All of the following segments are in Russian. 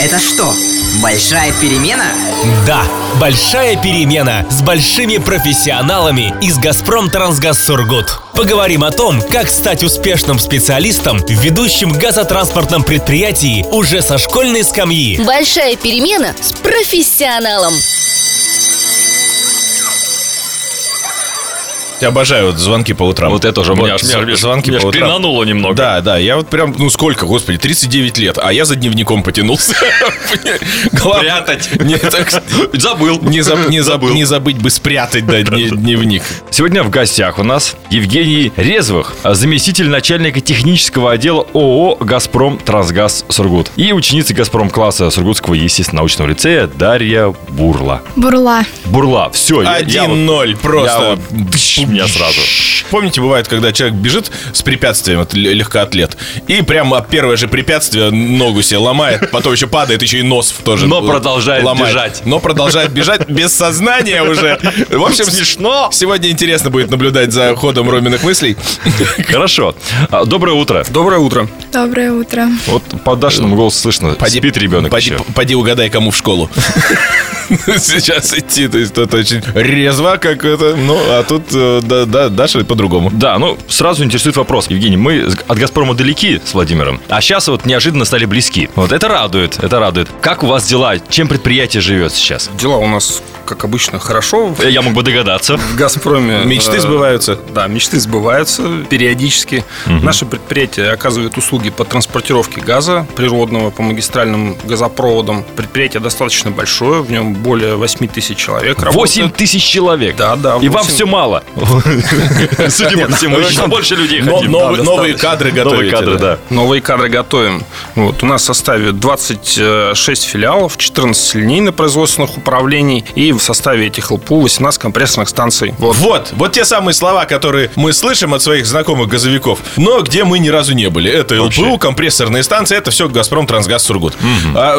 Это что, большая перемена? Да, большая перемена с большими профессионалами из «Газпром Трансгаз Сургут». Поговорим о том, как стать успешным специалистом в ведущем газотранспортном предприятии уже со школьной скамьи. Большая перемена с профессионалом. Я обожаю вот звонки по утрам. Вот это тоже у меня звонки по утрам. Пинануло немного. Да, я вот прям, сколько, господи, 39 лет, а я за дневником потянулся. Прятать. Забыл. Не забыть бы спрятать, да, дневник. Сегодня в гостях у нас Евгений Резвых, заместитель начальника технического отдела ООО «Газпром Трансгаз Сургут». И ученица «Газпром-класса» Сургутского естественно-научного лицея Дарья Бурла. Бурла, все. 1-0, просто. Меня сразу. Помните, бывает, когда человек бежит с препятствием, это легкоатлет, и прямо первое же препятствие ногу себе ломает, потом еще падает, еще и нос тоже Но продолжает ломает. бежать. Но продолжает бежать без сознания уже. В общем, смешно. Сегодня интересно будет наблюдать за ходом Роминых мыслей. Хорошо. Доброе утро. Доброе утро. Доброе утро. Вот по Дашиному голосу слышно, спит ребенок еще. Поди угадай, кому в школу сейчас идти. То есть это очень резво, как это. Ну, а тут Даша по-другому. Да, сразу интересует вопрос. Евгений, мы от «Газпрома» далеки с Владимиром, а сейчас вот неожиданно стали близки. Вот это радует. Как у вас дела? Чем предприятие живет сейчас? Дела у нас, как обычно, хорошо. Я мог бы догадаться. В «Газпроме» Мечты сбываются. Да, мечты сбываются периодически. Наше предприятие оказывает услуги по транспортировке газа природного по магистральным газопроводам. Предприятие достаточно большое, в нем более 8 тысяч человек работает. 8 тысяч человек? Да. И вам все мало? Судя по всему, еще больше людей хотим. Новые кадры готовите. Новые кадры готовим. Вот, у нас в составе 26 филиалов, 14 линейно-производственных управлений и в составе этих ЛПУ 18 компрессорных станций. Вот те самые слова, которые мы слышим от своих знакомых газовиков, но где мы ни разу не были. Это ЛПУ, компрессорные станции, это все «Газпром Трансгаз Сургут». А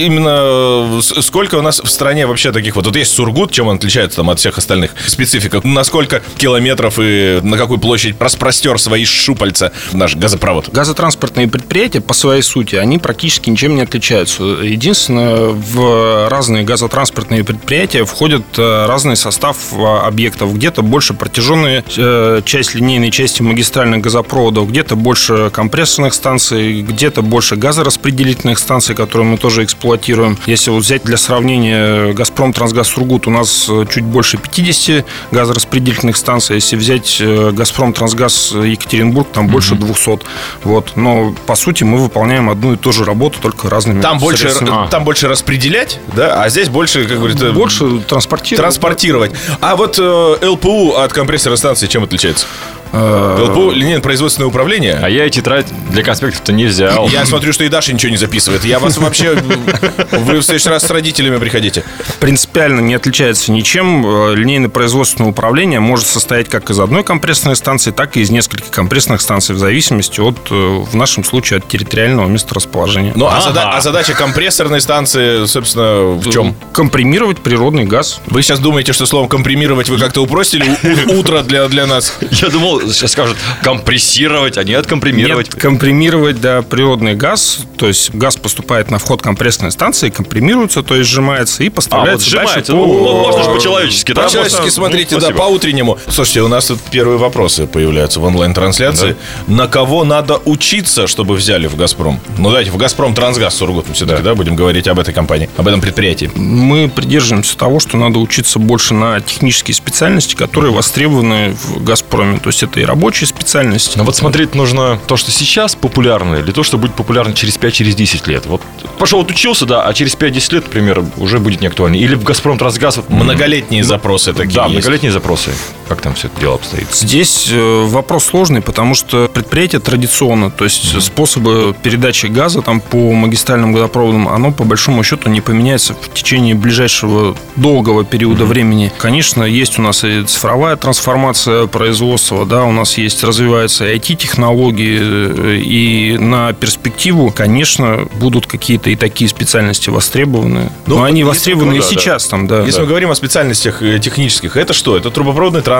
именно сколько у нас в стране вообще таких вот есть Сургут, чем он отличается там от всех остальных? Специфика. На сколько километров и на какую площадь распростер свои щупальца наш газопровод? Газотранспортные предприятия по своей сути, они практически ничем не отличаются. Единственное, в разные газотранспортные предприятия входит разный состав объектов. Где-то больше протяженная часть линейной части магистральных газопроводов, где-то больше компрессорных станций, где-то больше газораспределительных станций, которые мы тоже эксплуатируем. Если вот взять для сравнения «Газпром Трансгаз Сургут», у нас чуть больше 50 газораспределительных станций. Если взять «Газпром Трансгаз Екатеринбург», там больше 200. Вот. Но по сути мы выполняем одну и ту же работу, только разными средствами. Там больше распределять, да, а здесь больше, как говорится, больше транспортировать. А вот ЛПУ от компрессорной станции чем отличается? ЛПУ — линейно-производственное управление. А я и тетрадь для конспектов-то не взял. Я смотрю, что и Даша ничего не записывает. Я вас вообще... Вы в следующий раз с родителями приходите. Принципиально не отличается ничем. Линейно-производственное управление может состоять как из одной компрессорной станции, так и из нескольких компрессорных станций, в зависимости от, в нашем случае, от территориального месторасположения. Ну, а задача компрессорной станции, собственно, в чем? Компримировать природный газ. Вы сейчас думаете, что словом «компримировать» вы как-то упростили утро для нас? Я думал, сейчас скажут компрессировать, а не откомпримировать. Нет, компримировать, да, природный газ. То есть газ поступает на вход компрессорной станции, компримируется, то есть сжимается и поставляется дальше. Можно же по-человечески. По-человечески, смотрите, да, по-утреннему. Слушайте, у нас тут первые вопросы появляются в онлайн-трансляции. Да. На кого надо учиться, чтобы взяли в «Газпром»? Ну, давайте в «Газпром Трансгаз Сургут» мы все-таки, да, будем говорить об этой компании, об этом предприятии. Мы придерживаемся того, что надо учиться больше на технические специальности, которые востребованы в «Газпроме». То есть это и рабочие специальности. Но вот смотреть нужно то, что сейчас популярно, или то, что будет популярно через 5-10 лет. Вот пошел отучился, да, а через 5-10 лет, например, уже будет не актуально. Или в «Газпром Трансгаз». Многолетние запросы такие. Да, многолетние запросы. Как там все это дело обстоит? Здесь вопрос сложный, потому что предприятие традиционно, то есть способы передачи газа там по магистральным газопроводам, оно по большому счету не поменяется в течение ближайшего долгого периода времени. Конечно, есть у нас и цифровая трансформация производства, да, у нас есть, развиваются и IT-технологии, и на перспективу, конечно, будут какие-то и такие специальности востребованы. Но они востребованы и сейчас там, да. Если мы говорим о специальностях технических, это что? Это трубопроводный транспорт,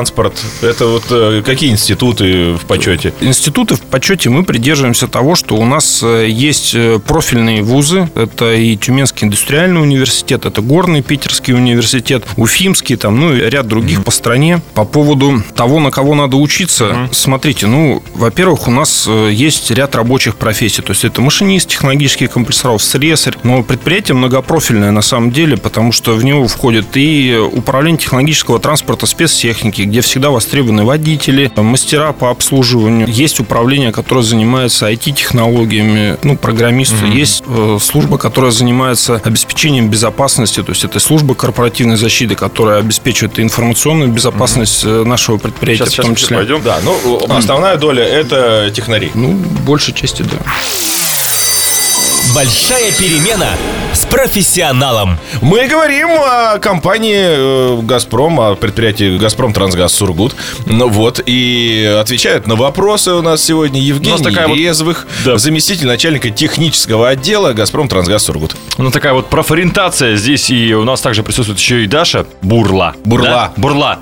газотранспорт? Это вот какие институты в почете? Институты в почете мы придерживаемся того, что у нас есть профильные вузы. Это и Тюменский индустриальный университет, это Горный Питерский университет, Уфимский, и ряд других по стране. По поводу того, на кого надо учиться, смотрите, во-первых, у нас есть ряд рабочих профессий. То есть это машинист технологических компрессоров, слесарь. Но предприятие многопрофильное на самом деле, потому что в него входит и управление технологического транспорта, спецтехники, где всегда востребованы водители, мастера по обслуживанию. Есть управление, которое занимается IT-технологиями, программисты. Есть служба, которая занимается обеспечением безопасности, то есть это служба корпоративной защиты, которая обеспечивает информационную безопасность нашего предприятия в том числе. Пойдем. Да, основная доля – это технари. Большей части, да. Большая перемена с профессионалом. Мы говорим о компании «Газпром», о предприятии «Газпром Трансгаз Сургут». И отвечают на вопросы у нас сегодня Евгений Резвых, заместитель начальника технического отдела «Газпром Трансгаз Сургут». Такая вот профориентация здесь, и у нас также присутствует еще и Даша Бурла. Бурла.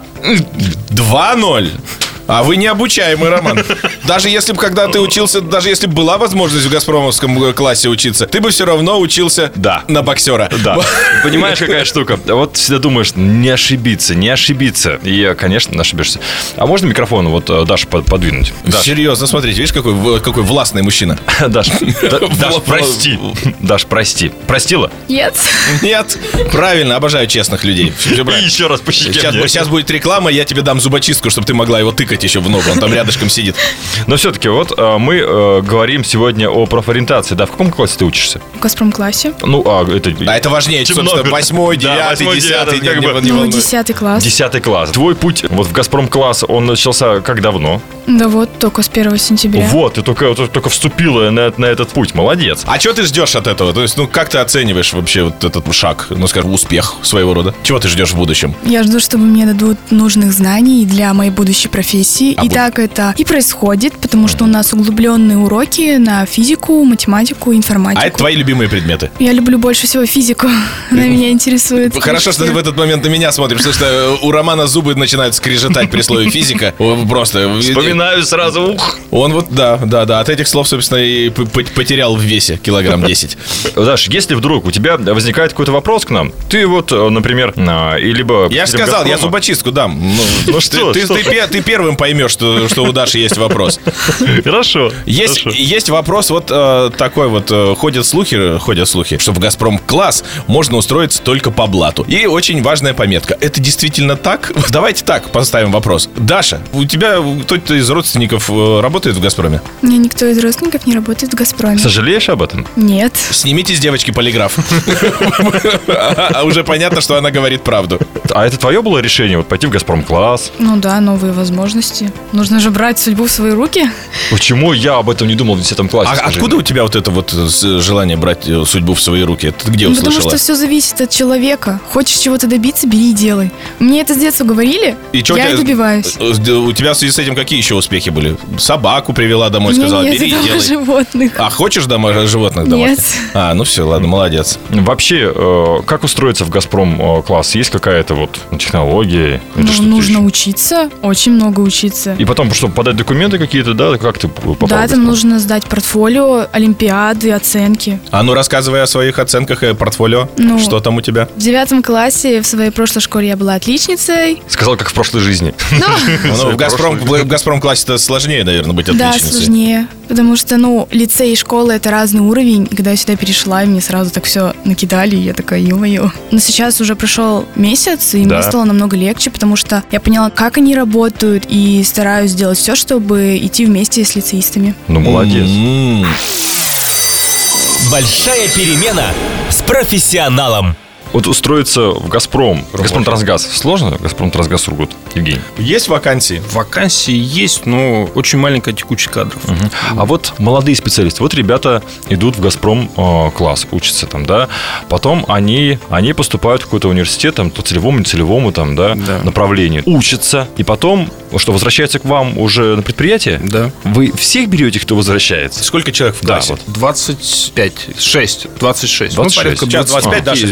2-0. А вы необучаемый, Роман. Даже если бы, когда ты учился, даже если бы была возможность в газпромовском классе учиться, ты бы все равно учился на боксера. Да. Понимаешь, какая штука? Вот всегда думаешь, не ошибиться. И, конечно, ошибешься. А можно микрофон Даша подвинуть? Серьезно, смотрите, видишь, какой властный мужчина. Даш, прости. Даш, прости. Простила? Нет. Нет. Правильно, обожаю честных людей. И еще раз по щеке. Сейчас будет реклама, я тебе дам зубочистку, чтобы ты могла его тыкать еще в ногу. Он там рядышком сидит. Но все-таки мы говорим сегодня о профориентации. Да, в каком классе ты учишься? В «Газпром-классе». Это важнее, собственно, 8-й, 9-й, 10-й. 10 класс. 10 класс. Твой путь в «Газпром-класс», он начался как давно? Да только с 1 сентября. Ты только вступила на этот путь. Молодец. А что ты ждешь от этого? То есть, как ты оцениваешь вообще вот этот шаг, скажем, успех своего рода? Чего ты ждешь в будущем? Я жду, что мне дадут нужных знаний для моей будущей профессии. Так это и происходит, потому что у нас углубленные уроки на физику, математику, информатику. А это твои любимые предметы? Я люблю больше всего физику. Она меня интересует. Хорошо, что ты в этот момент на меня смотришь, потому что у Романа зубы начинают скрежетать при слове физика. Просто... Вспоминаю сразу. Он от этих слов, собственно, и потерял в весе килограмм 10. Даш, если вдруг у тебя возникает какой-то вопрос к нам, ты например, либо... Я же сказал, я зубочистку дам. Ты первым поймешь, что у Даши есть вопрос. Хорошо. Есть вопрос такой ходят слухи, что в «Газпром-класс» можно устроиться только по блату. И очень важная пометка. Это действительно так? Давайте так поставим вопрос. Даша, у тебя кто-то из родственников работает в «Газпроме»? У меня никто из родственников не работает в «Газпроме». Сожалеешь об этом? Нет. Снимите с девочки полиграф. А уже понятно, что она говорит правду. А это твое было решение, пойти в «Газпром-класс»? Новые возможности. Нужно же брать судьбу в свои руки. Почему я об этом не думал в 10 классе? А откуда у тебя это желание брать судьбу в свои руки? Ты где услышала? Потому что все зависит от человека. Хочешь чего-то добиться, бери и делай. Мне это с детства говорили, я и добиваюсь. У тебя в связи с этим какие еще успехи были? Собаку привела домой, сказала, бери и делай. Животных. А хочешь животных домой? Нет. Все, ладно, молодец. Вообще, как устроиться в «Газпром-класс»? Есть какая-то технология? Нужно учиться, очень много учиться. И потом, чтобы подать документы какие-то, как ты попал? Да, там нужно сдать портфолио, олимпиады, оценки. Рассказывай о своих оценках и портфолио. Что там у тебя? В 9 классе в своей прошлой школе я была отличницей. Сказал, как в прошлой жизни. В «Газпром-классе»-то сложнее, наверное, быть отличницей. Да, сложнее. Потому что, лицей и школа — это разный уровень. И когда я сюда перешла, мне сразу так все накидали, и я такая, ё-моё. Но сейчас уже прошел месяц, и мне стало намного легче, потому что я поняла, как они работают, и стараюсь сделать все, чтобы идти вместе с лицеистами. Молодец. Большая перемена с профессионалом. Устроиться в «Газпром», «Газпром-Трансгаз» сложно? «Газпром-Трансгаз Сургут», Евгений? Есть вакансии? Вакансии есть, но очень маленькая текучесть кадров. А молодые специалисты, ребята идут в «Газпром-класс», учатся там, потом они поступают в какой-то университет, по целевому, нецелевому направлению, учатся, и потом, что возвращаются к вам уже на предприятие? Да. Вы всех берете, кто возвращается? Сколько человек в классе? 26. 25. Сейчас 25, Даша здесь, а так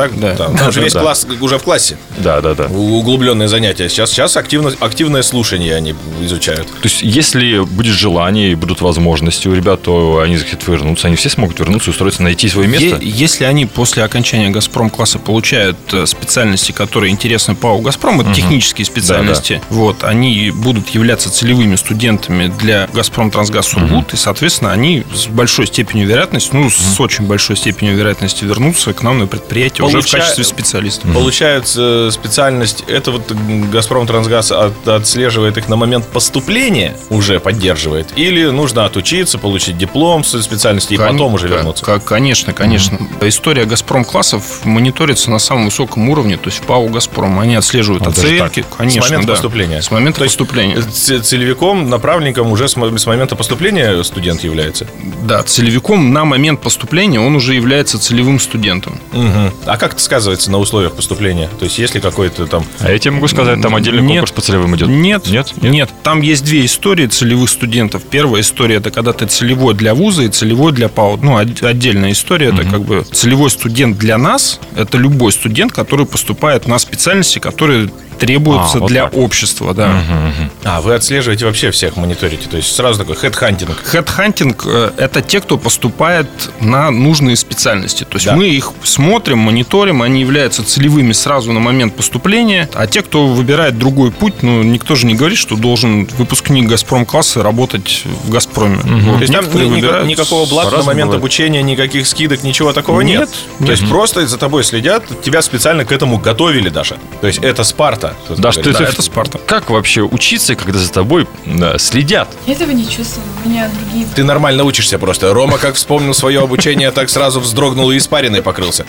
так? Да. Там же весь класс уже в классе. Да. Углубленные занятия. Сейчас активное слушание они изучают. То есть, если будет желание и будут возможности у ребят, то они захотят вернуться. Они все смогут вернуться, устроиться, найти свое место. Если они после окончания «Газпром-класса» получают специальности, которые интересны ПАО «Газпром», это технические специальности, вот, они будут являться целевыми студентами для «Газпром-Трансгаз-Сургут», и, соответственно, они с большой степенью вероятности, с очень большой степенью вероятности вернутся к нам на предприятие уже в качестве специалистов. Получается, специальность, это вот «Газпром-Трансгаз» отслеживает их на момент поступления, уже поддерживает, или нужно отучиться, получить диплом с специальности и потом уже вернуться? Конечно. История «Газпром-классов» мониторится на самом высоком уровне, то есть в ПАО «Газпром». Они отслеживают оценки. Конечно, с момента поступления. С момента поступления. Целевиком, направленником уже с момента поступления студент является? Да, целевиком на момент поступления он уже является целевым студентом. Угу. А как это сказывается на условиях поступления? То есть если какой-то там... А я тебе могу сказать, там отдельный конкурс по целевым идет? Нет. Там есть две истории целевых студентов. Первая история — это когда ты целевой для вуза и целевой для ПАО. Отдельная история — это как бы целевой студент для нас. Это любой студент, который поступает на специальности, которые требуются для общества, да. Вы отслеживаете вообще всех, мониторите? То есть сразу такой хедхантинг? Хедхантинг – это те, кто поступает на нужные специальности. То есть мы их смотрим, мониторим, они являются целевыми сразу на момент поступления. А те, кто выбирает другой путь, никто же не говорит, что должен выпускник «Газпром-класса» работать в «Газпроме». То есть там никакого блата на момент обучения, никаких скидок, ничего такого нет? То есть просто за тобой следят, тебя специально к этому готовили даже? То есть это Спарта? Это Спарта. Как вообще учиться, когда за тобой следят? Я этого не чувствую. У меня другие... Ты нормально учишься просто. Рома, как вспомнил свое обучение, так сразу вздрогнул и испариной покрылся.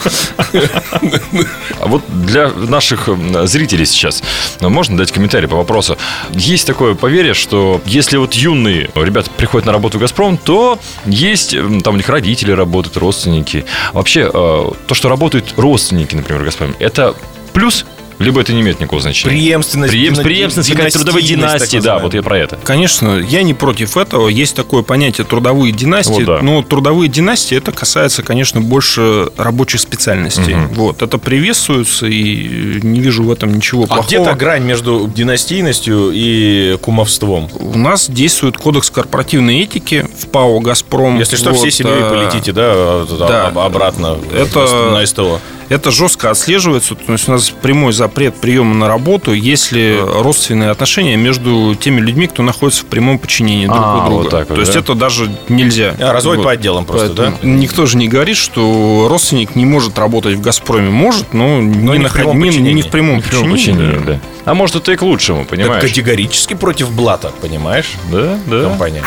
А вот для наших зрителей сейчас можно дать комментарий по вопросу. Есть такое поверье, что если вот юные ребята приходят на работу в «Газпром», то есть, там у них родители работают, родственники. Вообще, то, что работают родственники, например, в «Газпроме», это плюс? Либо это не имеет никакого значения? Преемственность, какая-то трудовой династии, да, вот я про это. Конечно, я не против этого. Есть такое понятие трудовые династии, но трудовые династии, это касается, конечно, больше рабочих специальностей. Вот, это приветствуется, и не вижу в этом ничего плохого. А где-то грань между династийностью и кумовством? У нас действует кодекс корпоративной этики в ПАО «Газпром». Если что, всей семьей полетите, обратно на СТО. Это жестко отслеживается. То есть у нас прямой запрет приема на работу, если родственные отношения между теми людьми, кто находится в прямом подчинении друг у друга. Вот так вот, то есть это даже нельзя. Разводить по отделам просто, поэтому никто же не говорит, что родственник не может работать в «Газпроме». Может, но не в прямом подчинении. Да. А может, это и к лучшему, понимаешь? Так категорически против блата, понимаешь? Да. Компания.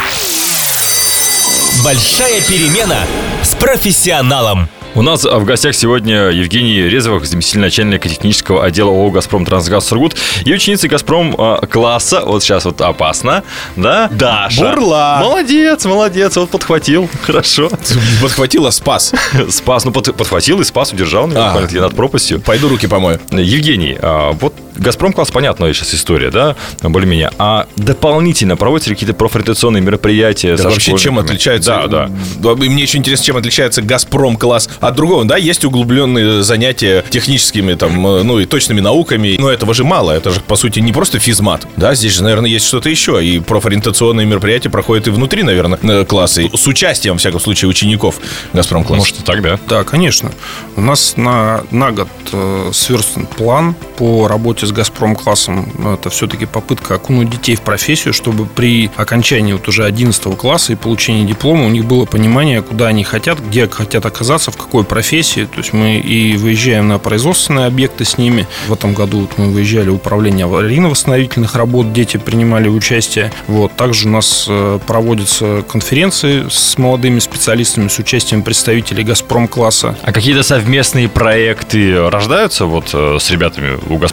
Большая перемена с профессионалом. У нас в гостях сегодня Евгений Резовых, заместитель начальника технического отдела ООО «Газпром-Трансгаз Сургут», и ученица «Газпром-класса», вот сейчас вот опасно, да, Даша. Бурла. Молодец, вот подхватил, хорошо. Подхватила, спас. Спас, подхватил и спас, удержал меня над пропастью. Пойду руки помою. Евгений, вот «Газпром-класс», понятная сейчас история, да, более-менее. А дополнительно проводятся какие-то профориентационные мероприятия? Да, вообще, чем отличается? Да. Мне еще интересно, чем отличается «Газпром-класс» от другого. Да, есть углубленные занятия техническими, и точными науками, но этого же мало. Это же, по сути, не просто физмат. Да, здесь же, наверное, есть что-то еще. И профориентационные мероприятия проходят и внутри, наверное, класса. С участием, во всяком случае, учеников «Газпром-класса». Может, и так, да? Да, конечно. У нас на год сверстан план по работе с «Газпром-классом». Это все-таки попытка окунуть детей в профессию, чтобы при окончании уже 11 класса и получении диплома у них было понимание, куда они хотят, где хотят оказаться, в какой профессии. То есть мы и выезжаем на производственные объекты с ними. В этом году мы выезжали в управление аварийно-восстановительных работ, дети принимали участие. Также у нас проводятся конференции с молодыми специалистами, с участием представителей «Газпром-класса». А какие-то совместные проекты рождаются с ребятами у «Газпром-Трансгаз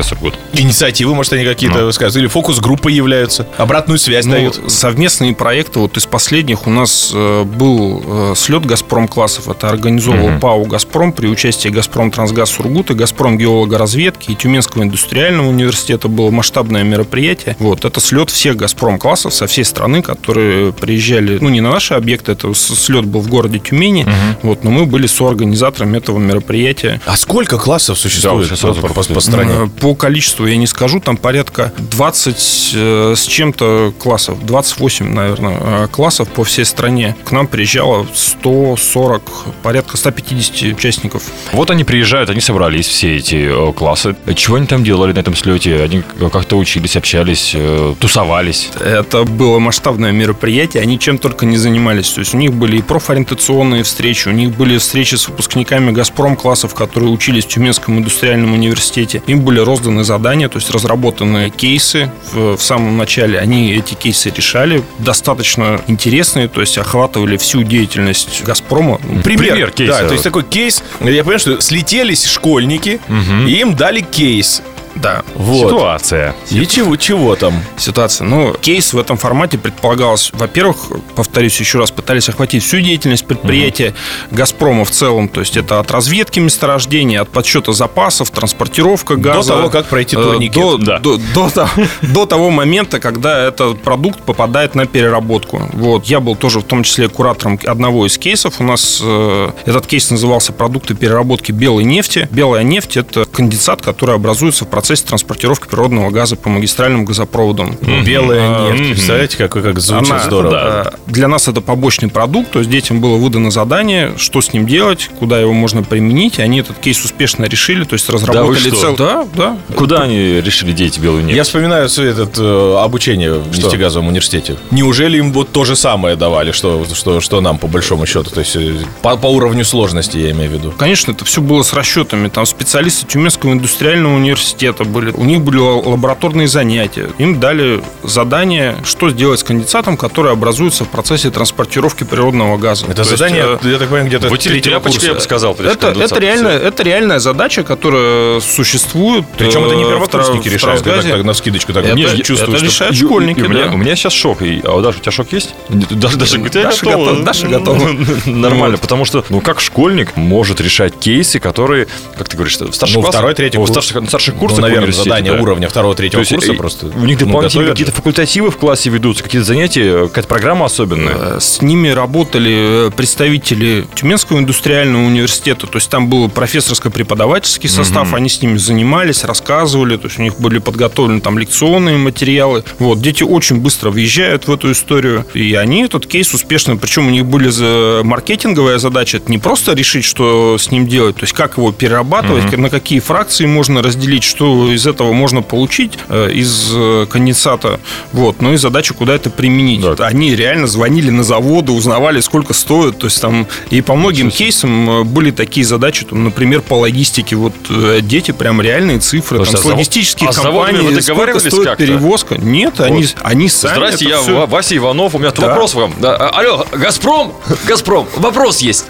«Трансгаз Сургут». Инициативы, может, они какие-то высказывают? Или фокус-группы являются? Обратную связь дают? Совместные проекты, вот из последних у нас был слет «Газпром-классов». Это организовал ПАО «Газпром» при участии «Газпром Трансгаз Сургут» и «Газпром геологоразведки» и Тюменского индустриального университета. Было масштабное мероприятие. Вот, это слет всех «Газпром-классов» со всей страны, которые приезжали, не на наши объекты, это слет был в городе Тюмени, вот, но мы были соорганизаторами этого мероприятия. А сколько классов существует по стране? По количеству я не скажу, там порядка 20 с чем-то классов, 28, наверное, классов по всей стране. К нам приезжало 140, порядка 150 участников. Вот они приезжают, они собрались, все эти классы. Чего они там делали на этом слете? Они как-то учились, общались, тусовались? Это было масштабное мероприятие, они чем только не занимались. То есть у них были и профориентационные встречи, у них были встречи с выпускниками «Газпром-классов», которые учились в Тюменском индустриальном университете. Им были розданы задания, то есть разработаны кейсы в самом начале. Они эти кейсы решали, достаточно интересные, то есть охватывали всю деятельность «Газпрома». Пример кейса. Да, то есть такой кейс, я понимаю, что слетелись школьники, и им дали кейс. Да. Вот. Ситуация. И чего там? Ситуация. Кейс в этом формате предполагалось, во-первых, повторюсь еще раз, пытались охватить всю деятельность предприятия «Газпрома» в целом. То есть это от разведки месторождений, от подсчета запасов, транспортировка газа. До того, как пройти турникет. До того момента, когда этот продукт попадает на переработку. Вот. Я был тоже в том числе куратором одного из кейсов. У нас этот кейс назывался «Продукты переработки белой нефти». Белая нефть – это конденсат, который образуется в процессе транспортировки природного газа по магистральным газопроводам. Белая нефть. Представляете, как звучит здорово. Для нас это побочный продукт, то есть детям было выдано задание, что с ним делать, куда его можно применить, и они этот кейс успешно решили, то есть разработали Да. Куда они решили деть белую нефть? Я вспоминаю обучение в нефтегазовом университете. Неужели им вот то же самое давали, что нам, по большому счету? То есть по уровню сложности, я имею в виду. Конечно, это все было с расчетами. Там специалисты Тюменского индустриального университета были. У них были лабораторные занятия. Им дали задание, что сделать с конденсатом, который образуется в процессе транспортировки природного газа. Это задание, я так понимаю, где-то третьего курса. Я бы сказал. Это реальная задача, которая существует. Причем это не первокурсники решают. Я так навскидочку так чувствую. Это решают школьники. У меня сейчас шок. Даша, у тебя шок есть? Даша готова. Нормально, потому что, как школьник может решать кейсы, которые, как ты говоришь, в старших классах? Второй, третий курс. В старших курсах, наверное, задание уровня второго-третьего курса просто. У них дополнительные какие-то факультативы в классе ведутся, какие-то занятия, какая-то программа особенная. С ними работали представители Тюменского индустриального университета, то есть там был профессорско-преподавательский состав, они с ними занимались, рассказывали, то есть у них были подготовлены там лекционные материалы. Вот, дети очень быстро въезжают в эту историю, и они этот кейс успешно, причем у них были маркетинговая задача, это не просто решить, что с ним делать, то есть как его перерабатывать, на какие фракции можно разделить, что из этого можно получить из конденсата, вот, и задача, куда это применить. Да. Они реально звонили на заводы, узнавали, сколько стоит, то есть там, и по многим кейсам были такие задачи, там, например, по логистике, вот дети прям реальные цифры, там, с логистических компаний, сколько стоит как-то? Перевозка. Нет, вот. они сами. Здрасте, я все... Вася Иванов, у меня вопрос вам. Да. Алло, Газпром, вопрос есть.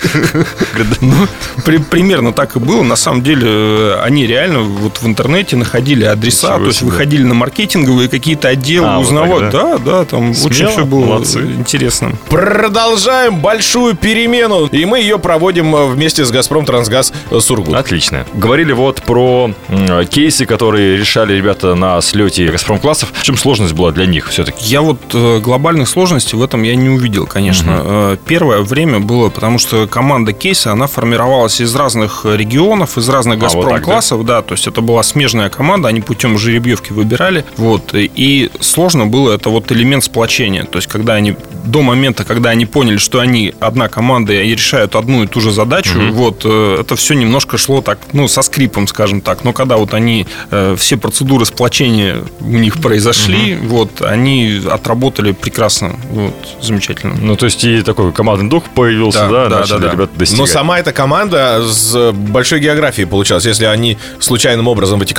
Примерно так и было. На самом деле, они реально вот в интернете находили адреса, то есть выходили на маркетинговые какие-то отделы, узнавали. Да, там очень все было интересно. Продолжаем большую перемену, и мы ее проводим вместе с «Газпром Трансгаз Сургут». Отлично. Говорили вот про кейсы, которые решали ребята на слете «Газпром-классов». В чем сложность была для них все-таки? Я вот глобальных сложностей в этом я не увидел, конечно. Первое время было, потому что команда кейса, она формировалась из разных регионов, из разных «Газпром-классов», да, то есть это была смежная команда, они путем жеребьевки выбирали, вот, и сложно было это вот элемент сплочения, то есть когда они, до момента, когда они поняли, что они одна команда и решают одну и ту же задачу, вот, это все немножко шло так, со скрипом, скажем так, но когда вот они, все процедуры сплочения у них произошли, вот, они отработали прекрасно, вот, замечательно. То есть и такой командный дух появился, начали ребята достигать. Но сама эта команда с большой географией получалась, если они случайным образом в эти команды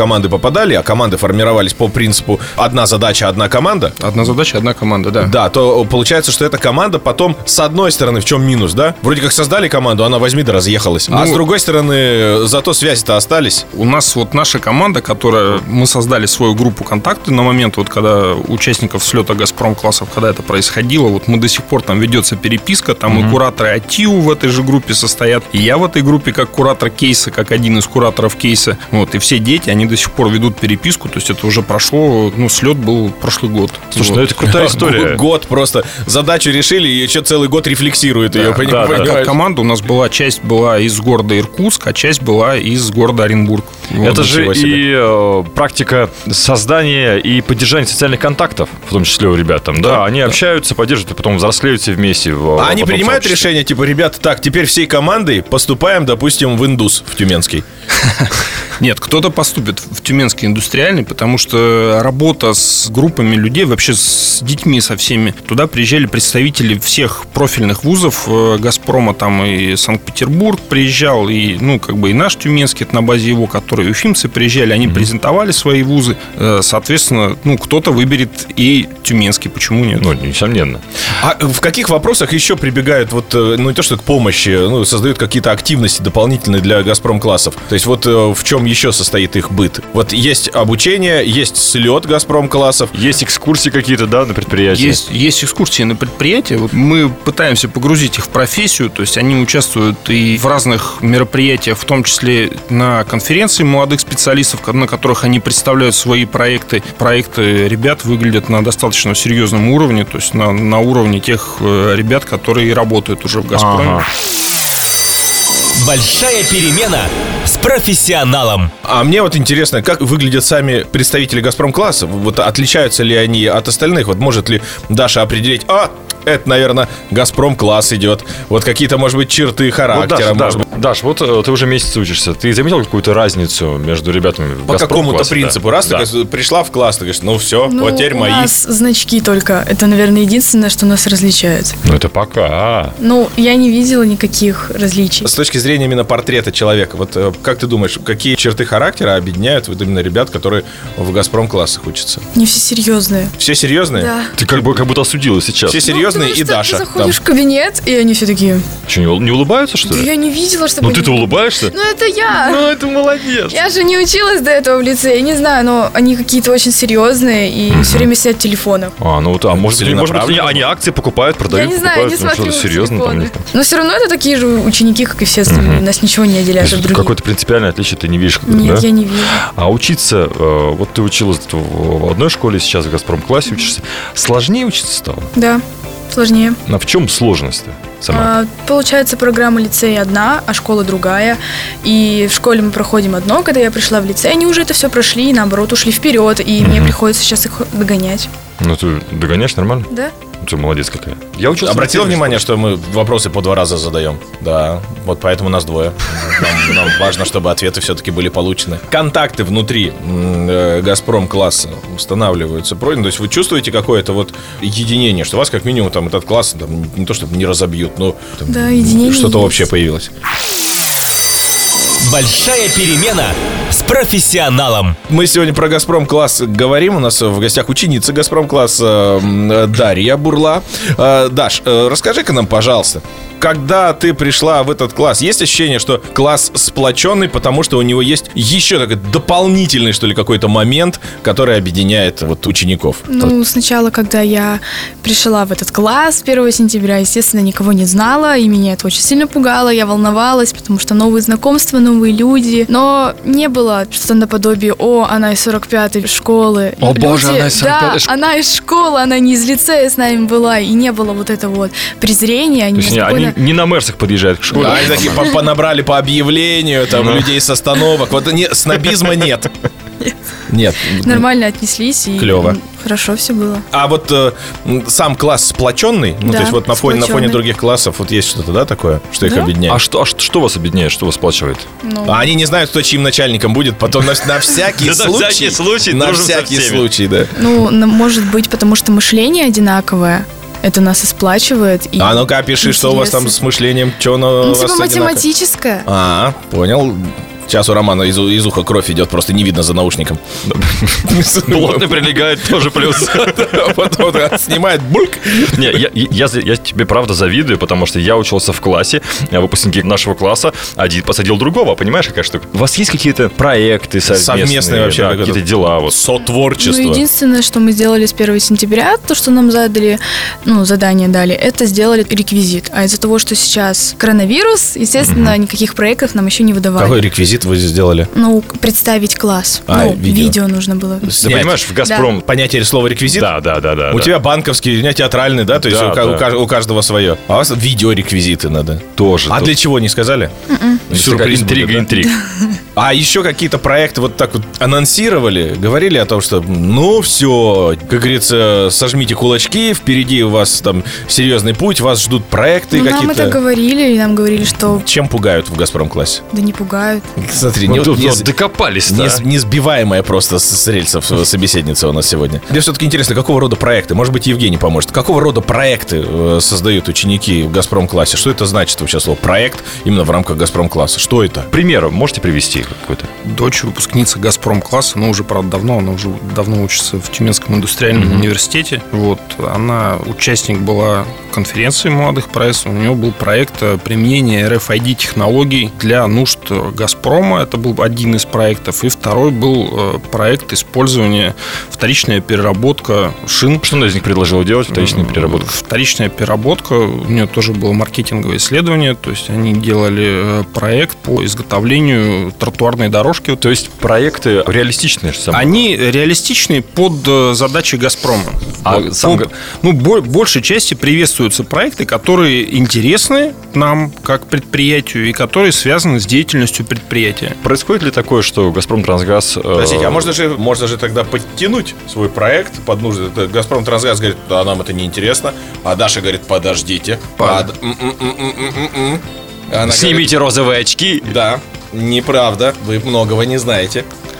команды попадали, а команды формировались по принципу одна задача, одна команда. Одна задача, одна команда, да. Да, то получается, что эта команда потом, с одной стороны, в чем минус, да? Вроде как создали команду, она возьми да разъехалась. А с другой стороны, зато связи-то остались. У нас вот наша команда, которая... Мы создали свою группу контакты на момент, вот когда участников слета «Газпром-классов», когда это происходило, вот мы до сих пор, там ведется переписка, там и кураторы АТИУ в этой же группе состоят, и я в этой группе как куратор кейса, как один из кураторов кейса. Вот, и все дети, они до сих пор ведут переписку, то есть это уже прошло, слет был прошлый год. Слушай, вот. это крутая история. Год просто задачу решили, и еще целый год рефлексирует ее, понимаешь? Как команда у нас была, часть была из города Иркутск, а часть была из города Оренбург. Вот. Это же и практика создания и поддержания социальных контактов, в том числе у ребят там, да? Они общаются, поддерживают, и потом взрослеют все вместе. А они принимают решение, типа, ребята, так, теперь всей командой поступаем, допустим, в Индус, в Тюменский? Нет, кто-то поступит в Тюменский индустриальный, потому что работа с группами людей, вообще с детьми, со всеми, туда приезжали представители всех профильных вузов «Газпрома», там и Санкт-Петербург приезжал, и, и наш Тюменский, это на базе его, которые уфимцы приезжали, они презентовали свои вузы, соответственно, кто-то выберет и Тюменский, почему нет? Несомненно. А в каких вопросах еще прибегают, не то что к помощи, создают какие-то активности дополнительные для «Газпром-классов»? То есть в чем еще состоит их быт? Вот есть обучение, есть слет «Газпром-классов». Есть экскурсии какие-то, да, на предприятии? Есть экскурсии на предприятии. Вот мы пытаемся погрузить их в профессию, то есть они участвуют и в разных мероприятиях, в том числе на конференции молодых специалистов, на которых они представляют свои проекты. Проекты ребят выглядят на достаточно серьезном уровне, то есть на уровне тех ребят, которые работают уже в «Газпроме». Ага. Большая перемена с профессионалом. А мне вот интересно, как выглядят сами представители «Газпром-класса? Вот отличаются ли они от остальных? Вот может ли Даша определить, это, наверное, «Газпром-класс» идет. Вот какие-то, может быть, черты характера. Даш, вот ты уже месяц учишься. Ты заметил какую-то разницу между ребятами в по какому-то принципу? Да. Раз ты пришла в класс, ты говоришь, все, вот теперь мои. У нас значки только. Это, наверное, единственное, что нас различает. Это пока. Я не видела никаких различий. С точки зрения именно портрета человека, вот как ты думаешь, какие черты характера объединяют вот именно ребят, которые в «Газпром-классах» учатся? Не все серьезные. Все серьезные? Да. Ты как будто осудила сейчас. Все серьезные и Даша. Ты заходишь в кабинет, и они все такие... Что, не улыбаются, что ли? Я не видела, чтобы... ты-то улыбаешься? Это я. Это молодец. Я же не училась до этого в лицее, я не знаю, но они какие-то очень серьезные и все время сидят в телефонах. Может быть, они акции покупают, продают, я не знаю, покупают, не смотрю что-то серьезно там. Но все равно это такие же ученики, как и все остальные. Нас ничего не отделяет от других. Какое-то принципиальное отличие ты не видишь? Нет, я не вижу. А учиться, вот ты училась в одной школе, сейчас в «Газпром-классе» учишься. Сложнее учиться стало? Да, сложнее. А в чем сложность-то сама? Получается, программа лицея одна, а школа другая. И в школе мы проходим одно. Когда я пришла в лицей, они уже это все прошли и, наоборот, ушли вперед. И мне приходится сейчас их догонять. Ты догоняешь нормально? Да. Ты молодец какая. Я учился. Обратила внимание, что мы вопросы по 2 раза задаем? Да, вот поэтому нас 2. Нам важно, чтобы ответы все-таки были получены. Контакты внутри «Газпром-класса» устанавливаются. То есть вы чувствуете какое-то единение, что вас как минимум этот класс не то чтобы не разобьют, но единение что-то есть. общее появилось. Большая перемена с профессионалом. Мы сегодня про «Газпром-класс» говорим. У нас в гостях ученица «Газпром-класса» Дарья Бурла. Даш, расскажи-ка нам, пожалуйста, когда ты пришла в этот класс, есть ощущение, что класс сплоченный, потому что у него есть еще такой дополнительный, что ли, какой-то момент, который объединяет учеников? Сначала, когда я пришла в этот класс 1 сентября, естественно, никого не знала, и меня это очень сильно пугало, я волновалась, потому что новые знакомства, новые люди, но не было что-то наподобие она из 45-й школы. О, боже, она из 45-й школы. Да, она из школы, она не из лицея с нами была, и не было этого презрения. Они не на Мерсах подъезжают к школе. Они такие понабрали по объявлению, людей с остановок. Снобизма нет. Нет. Нормально отнеслись. И клево. Хорошо все было. А сам класс сплоченный? Да, то есть на фоне других классов есть что-то, да, такое, что их объединяет? А что вас объединяет, что вас сплачивает? А они не знают, кто чьим начальником будет, потом на всякий случай. На всякий случай, да. Может быть, потому что мышление одинаковое. Это нас и сплачивает. А ну-ка, пиши, что у вас там с мышлением, что оно у вас одинаковое? математическое. Понял. Сейчас у Романа из уха кровь идет, просто не видно за наушником. Плотно прилегает, тоже плюс. Потом снимает бульк. Не, я тебе правда завидую, потому что я учился в классе, выпускники нашего класса, один посадил другого, понимаешь, какая штука? У вас есть какие-то проекты совместные вообще, да, какие-то дела? Вот. Сотворчество. Ну, единственное, что мы сделали с 1 сентября, то, что нам задали, задание дали, это сделали реквизит. А из-за того, что сейчас коронавирус, естественно, никаких проектов нам еще не выдавали. Какой реквизит вы сделали? Представить класс. Видео нужно было. Понимаешь, в «Газпром». Понятие слова реквизит? Да. У тебя банковский, у меня театральный, да? То есть у каждого свое. А у вас видеореквизиты надо. Тоже. А для чего не сказали? Сюрприз будет, да? Интриг. А еще какие-то проекты вот так вот анонсировали, говорили о том, что все, как говорится, сожмите кулачки, впереди у вас там серьезный путь, вас ждут проекты какие-то. Нам это говорили, и нам говорили, что... Чем пугают в «Газпром-классе»? Да не пугают. Смотри, докопались-то. не сбиваемая просто с рельсов собеседница у нас сегодня. Мне все-таки интересно, какого рода проекты? Может быть, Евгений поможет. Какого рода проекты создают ученики в «Газпром-классе»? Что это значит вообще слово «проект» именно в рамках «Газпром-класса»? Что это? К примеру, можете привести какой-то? Дочь выпускница «Газпром-класса», уже, правда, давно, она уже давно учится в Тюменском индустриальном университете. Она участник была конференции молодых проектов. У нее был проект применения RFID-технологий для нужд «Газпрома». Это был один из проектов. И второй был проект использования вторичная переработка шин. Что она из них предложила делать? Вторичная переработка? Вторичная переработка. У нее тоже было маркетинговое исследование. То есть они делали проект по изготовлению тротуарной дорожки. То есть проекты реалистичные? Они реалистичные под задачи «Газпрома». Большей части приветствуются проекты, которые интересны нам, как предприятию, и которые связаны с деятельностью предприятия. Происходит ли такое, что «Газпром-Трансгаз»... Подождите, а можно же тогда подтянуть свой проект под нужды? «Газпром-Трансгаз» говорит, да, нам это неинтересно. А Даша говорит, подождите. Снимите розовые очки. Да, неправда, вы многого не знаете.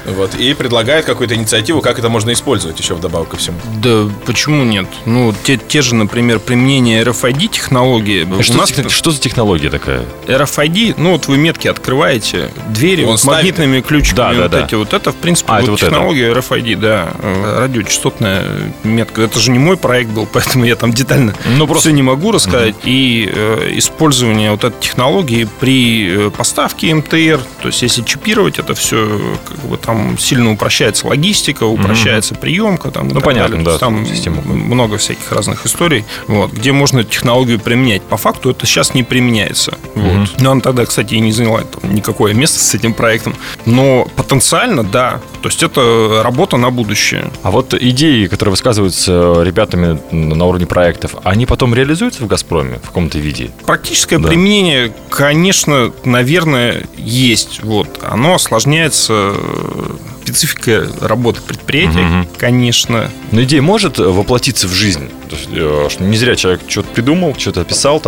И предлагает какую-то инициативу, как это можно использовать еще вдобавок ко всему. Да, почему нет? Те же, например, применение RFID-технологии. Что за технология такая? RFID, вы метки открываете, двери магнитными ключиками, это, в принципе, технология RFID, да, радиочастотная метка. Это же не мой проект был, поэтому я там детально все не могу рассказать. И использование этой технологии при поставке МТР, то есть если чипировать это все, там сильно упрощается логистика, упрощается приемка. Понятно, да. Там много всяких разных историй, где можно технологию применять. По факту это сейчас не применяется. Но она тогда, кстати, и не заняла никакое место с этим проектом. Но потенциально, да. То есть это работа на будущее. А идеи, которые высказываются ребятами на уровне проектов, они потом реализуются в «Газпроме» в каком-то виде? Практическое применение, конечно, наверное, есть. Оно осложняется специфика работы предприятия, конечно. Но идея может воплотиться в жизнь? То есть, не зря человек что-то придумал, что-то описал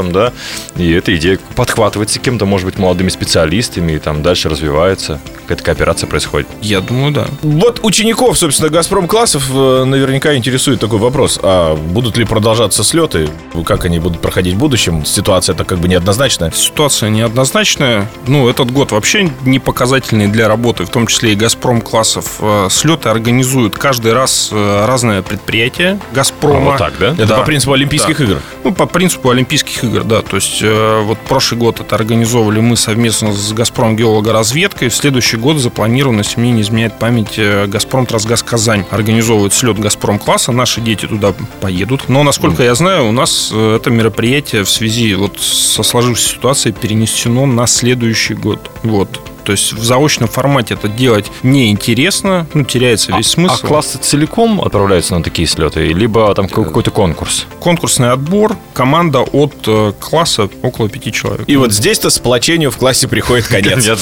и эта идея подхватывается кем-то, может быть, молодыми специалистами, и дальше развивается, какая-то кооперация происходит. Я думаю, да. Учеников, собственно, «Газпром-классов» наверняка интересует такой вопрос. А будут ли продолжаться слеты? Как они будут проходить в будущем? Ситуация-то неоднозначная. Ситуация неоднозначная. Этот год вообще не показательный для работы, в том числе и «Газпром-классов». Слеты организуют каждый раз разное предприятие «Газпрома». Так, да? Это по принципу Олимпийских игр? По принципу Олимпийских игр, да. То есть прошлый год это организовывали мы совместно с «Газпром» геологоразведкой. В следующий год запланировано, если мне не изменяет память, «Газпром-Трансгаз Казань» организовывает слет «Газпром-класса». Наши дети туда поедут. Но, насколько я знаю, у нас это мероприятие в связи со сложившейся ситуацией перенесено на следующий год. То есть в заочном формате это делать неинтересно, теряется весь смысл. А классы целиком отправляются на такие слеты, либо там какой-то конкурс? Конкурсный отбор, команда от класса около 5 человек. И здесь-то сплочению в классе приходит конец. Конец,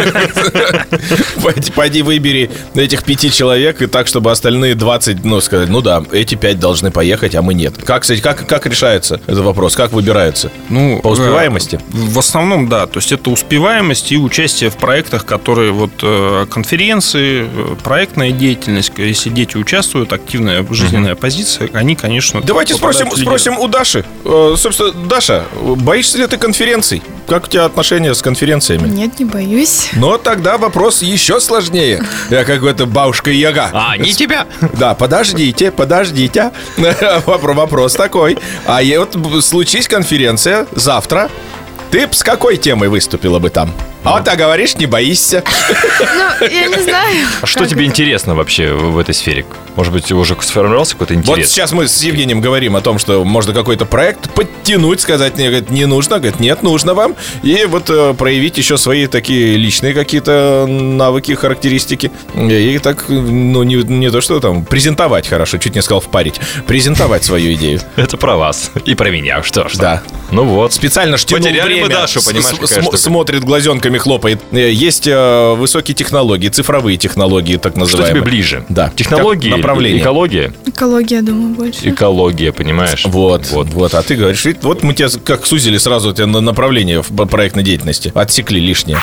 да. Пойди выбери этих 5 человек, и так, чтобы остальные 20, сказать, эти 5 должны поехать, а мы нет. Как решается этот вопрос? Как выбирается? По успеваемости? В основном, да. То есть это успеваемость и участие в проекте проектах, которые вот конференции, проектная деятельность, если дети участвуют, активная жизненная позиция, они, конечно... Давайте спросим у Даши. Собственно, Даша, боишься ли ты конференций? Как у тебя отношения с конференциями? Нет, не боюсь. Но тогда вопрос еще сложнее. Я какой-то бабушка Яга. Не тебя. Да, подождите. Вопрос такой. А вот случись конференция завтра, ты б с какой темой выступила бы там? А вот, говоришь, не боишься. Ну, я не знаю. А что тебе интересно вообще в этой сфере? Может быть, уже сформировался какой-то интерес? Вот сейчас мы с Евгением говорим о том, что можно какой-то проект подтянуть, сказать, мне, говорит, не нужно, говорит, нет, нужно вам. И вот проявить еще свои такие личные какие-то навыки, характеристики. И так, ну, не то, что там, презентовать хорошо, чуть не сказал впарить. Презентовать свою идею. Это про вас и про меня, что ж. Да. Ну вот. Специально штянул Потеряли время. мы Дашу, понимаешь, какая штука. Смотрит глазенками, хлопает. Есть высокие технологии, цифровые технологии, так называемые. Что тебе ближе? Да. Технологии, направление. Экология? Экология, думаю, больше. Экология, понимаешь? Вот. А ты говоришь, вот мы тебя как сузили сразу на направление в проектной деятельности. Отсекли лишнее.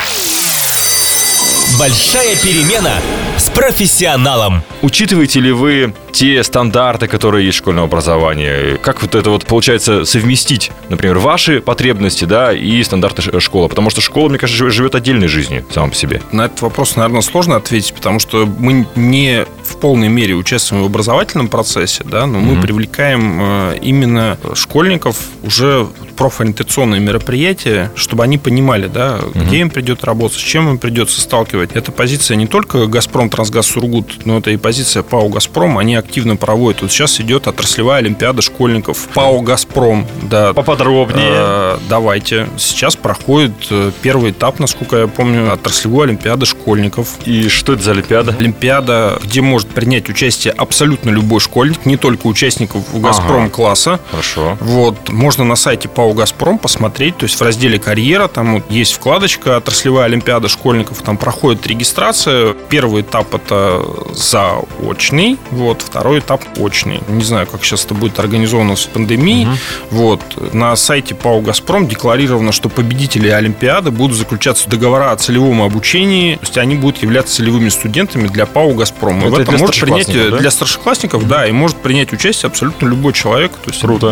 Большая перемена с профессионалом. Учитываете ли вы те стандарты, которые есть в школьном образовании? Как вот это вот получается совместить, например, ваши потребности, да, и стандарты школы? Потому что школа, мне кажется, живет отдельной жизнью сама по себе. На этот вопрос, наверное, сложно ответить, потому что мы не в полной мере участвуем в образовательном процессе, да, но мы привлекаем именно школьников уже в профориентационные мероприятия, чтобы они понимали, да, где им придется работать, с чем им придется сталкивать. Это позиция не только «Газпром Трансгаз Сургут», но это и позиция ПАО «Газпром». Они активно проводят. Вот сейчас идет отраслевая олимпиада школьников ПАО «Газпром». Да. Поподробнее. Давайте. Сейчас проходит первый этап, насколько я помню, отраслевой олимпиады школьников. И что это за олимпиада? Олимпиада, где может принять участие абсолютно любой школьник, не только участников «Газпром-класса». Хорошо. Вот. Можно на сайте ПАО «Газпром» посмотреть. То есть в разделе «Карьера» там вот есть вкладочка «Отраслевая олимпиада школьников». Там проходит регистрация. Первый этап – это заочный. Вот. Второй этап – очный. Не знаю, как сейчас это будет организовано с пандемией. Вот. На сайте ПАО «Газпром» декларировано, что победители олимпиады будут заключаться договора о целевом обучении. То есть они будут являться целевые студентами для ПАО «Газпром». И в этом может принять для старшеклассников, да, и может принять участие абсолютно любой человек. То есть круто.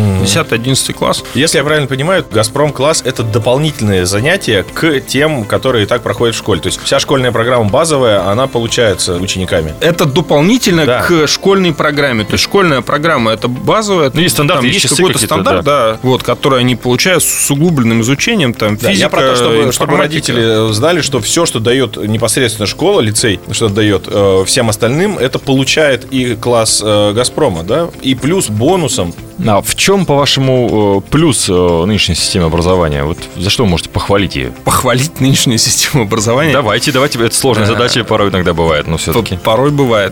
10-11 класс. Если я правильно понимаю, «Газпром-класс» — это дополнительные занятия к тем, которые и так проходят в школе. То есть вся школьная программа базовая, она получается учениками. Это дополнительно к школьной программе. То есть школьная программа — это базовая. Ну, есть стандарт, там есть какой-то стандарт, да, вот, который они получают с углубленным изучением. Там, физика, я про то, чтобы родители знали, что все, что дает непосредственно школа, лицей, что дает всем остальным, это получает и класс «Газпрома», да? И плюс бонусом. А в чем, по-вашему, плюс нынешней системы образования? Вот за что вы можете похвалить ее? Похвалить нынешнюю систему образования? Давайте. Это сложная задача, порой иногда бывает, но все-таки. Порой бывает.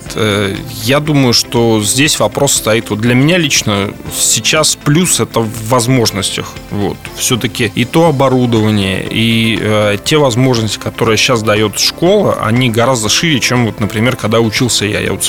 Я думаю, что здесь вопрос стоит. Вот для меня лично сейчас плюс — это в возможностях. Вот. Все-таки и то оборудование, и те возможности, которые сейчас дает школа, они гораздо шире, чем, вот, например, когда учился я. Я вот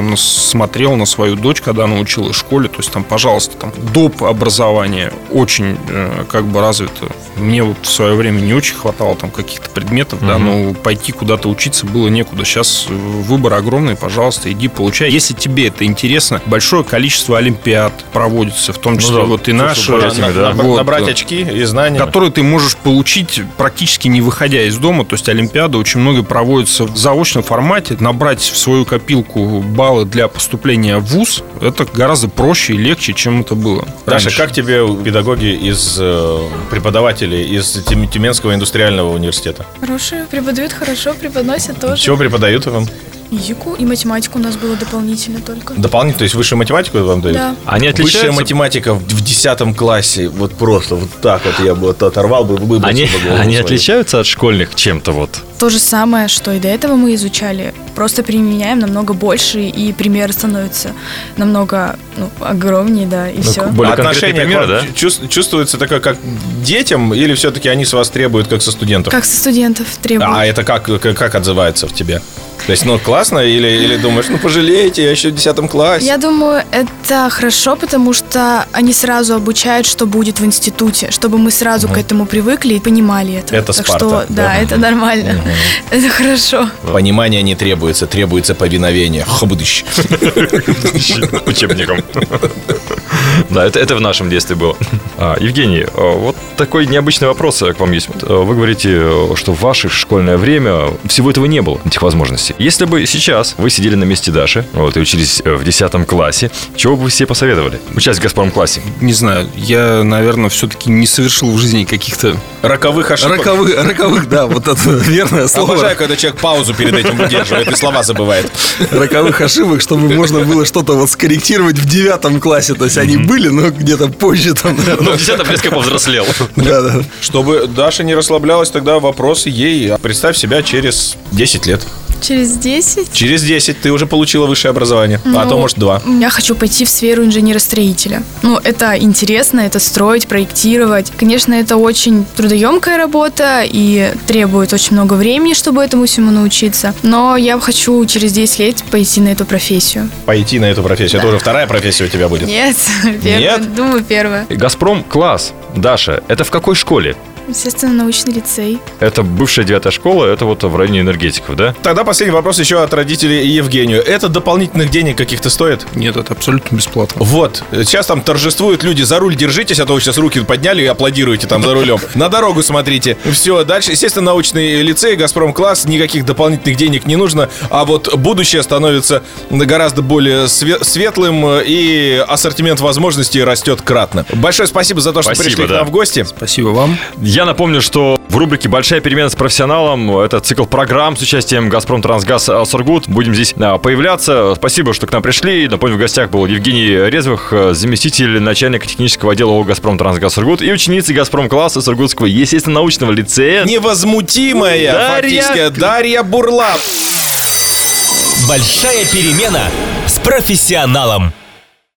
смотрел на свою дочь, когда она училась в школе. То есть там, пожалуйста, там доп. Образование очень как бы развито. Мне вот в свое время не очень хватало там каких-то предметов, да, но пойти куда-то учиться было некуда. Сейчас выбор огромный, пожалуйста, иди получай. Если тебе это интересно, большое количество олимпиад проводится, в том числе вот и наши. Набрать очки и знания. Которые ты можешь получить практически не выходя из дома. То есть олимпиада очень много проводится в заочном формате. Набрать в свою копилку баллы для поступления в вуз — это гораздо проще и легче, чем это было Даша, раньше. как тебе педагоги из преподавателей из Тюменского индустриального университета? Хорошие, преподают хорошо, преподносят тоже. Чего преподают вам? Физику и математику у нас было дополнительно только. Дополнительно, то есть высшую математику вам дают? Да. Они отличаются? Высшая математика в 10 классе, вот просто вот так вот я бы оторвал бы. Они отличаются от школьных чем-то вот? То же самое, что и до этого мы изучали. Просто применяем намного больше, и примеры становятся намного огромнее, да, и все. Отношение примеры, да? Чувствуется такое, как к детям, или все-таки они с вас требуют, как со студентов? Как со студентов требуют. А это как отзывается в тебе? То есть, классно или думаешь, пожалейте, я еще в 10 классе? Я думаю, это хорошо, потому что они сразу обучают, что будет в институте, чтобы мы сразу к этому привыкли и понимали это. Это так Спарта. Что, да, это нормально. Это хорошо. Понимание не требуется повиновение. Хабыдыщ. Учебником. Да, это в нашем детстве было. Евгений, вот такой необычный вопрос к вам есть. Вы говорите, что в ваше школьное время всего этого не было, этих возможностей. Если бы сейчас вы сидели на месте Даши, и учились в 10 классе, чего бы вы себе посоветовали, учась в «Газпром-классе»? Не знаю, я, наверное, все-таки не совершил в жизни каких-то... Роковых ошибок. Роковых, да, вот это верное слово. Обожаю, когда человек паузу перед этим выдерживает и слова забывает. Роковых ошибок, чтобы можно было что-то скорректировать в 9 классе. То есть они были, но где-то позже там, наверное. В 10 резко повзрослел. Да. Чтобы Даша не расслаблялась, тогда вопрос ей. Представь себя через 10 лет. Через 10? Через 10 ты уже получила высшее образование, а то, может, 2. Я хочу пойти в сферу инженера-строителя. Это интересно, это строить, проектировать. Конечно, это очень трудоемкая работа и требует очень много времени, чтобы этому всему научиться. Но я хочу через 10 лет пойти на эту профессию. Пойти на эту профессию? Да. Это уже вторая профессия у тебя будет? Нет, первая. Думаю, первая. «Газпром-класс». Даша, это в какой школе? Естественно, научный лицей. Это бывшая 9 школа, это вот в районе энергетиков, да? Тогда последний вопрос еще от родителей Евгению. Это дополнительных денег каких-то стоит? Нет, это абсолютно бесплатно. Вот. Сейчас там торжествуют люди. За руль держитесь, а то вы сейчас руки подняли и аплодируете там за рулем. На дорогу смотрите. Все, дальше, естественно, научный лицей, «Газпром-класс». Никаких дополнительных денег не нужно. А вот будущее становится гораздо более светлым, и ассортимент возможностей растет кратно. Большое спасибо за то, что пришли к нам в гости. Спасибо вам. Я напомню, что в рубрике «Большая перемена с профессионалом» это цикл программ с участием «Газпром Трансгаз Сургут». Будем здесь появляться. Спасибо, что к нам пришли. Напомню, в гостях был Евгений Резвых, заместитель начальника технического отдела ООО «Газпром Трансгаз Сургут» и ученица «Газпром-класса» Сургутского естественно-научного лицея. Невозмутимая, фактически, Дарья Бурла. Большая перемена с профессионалом.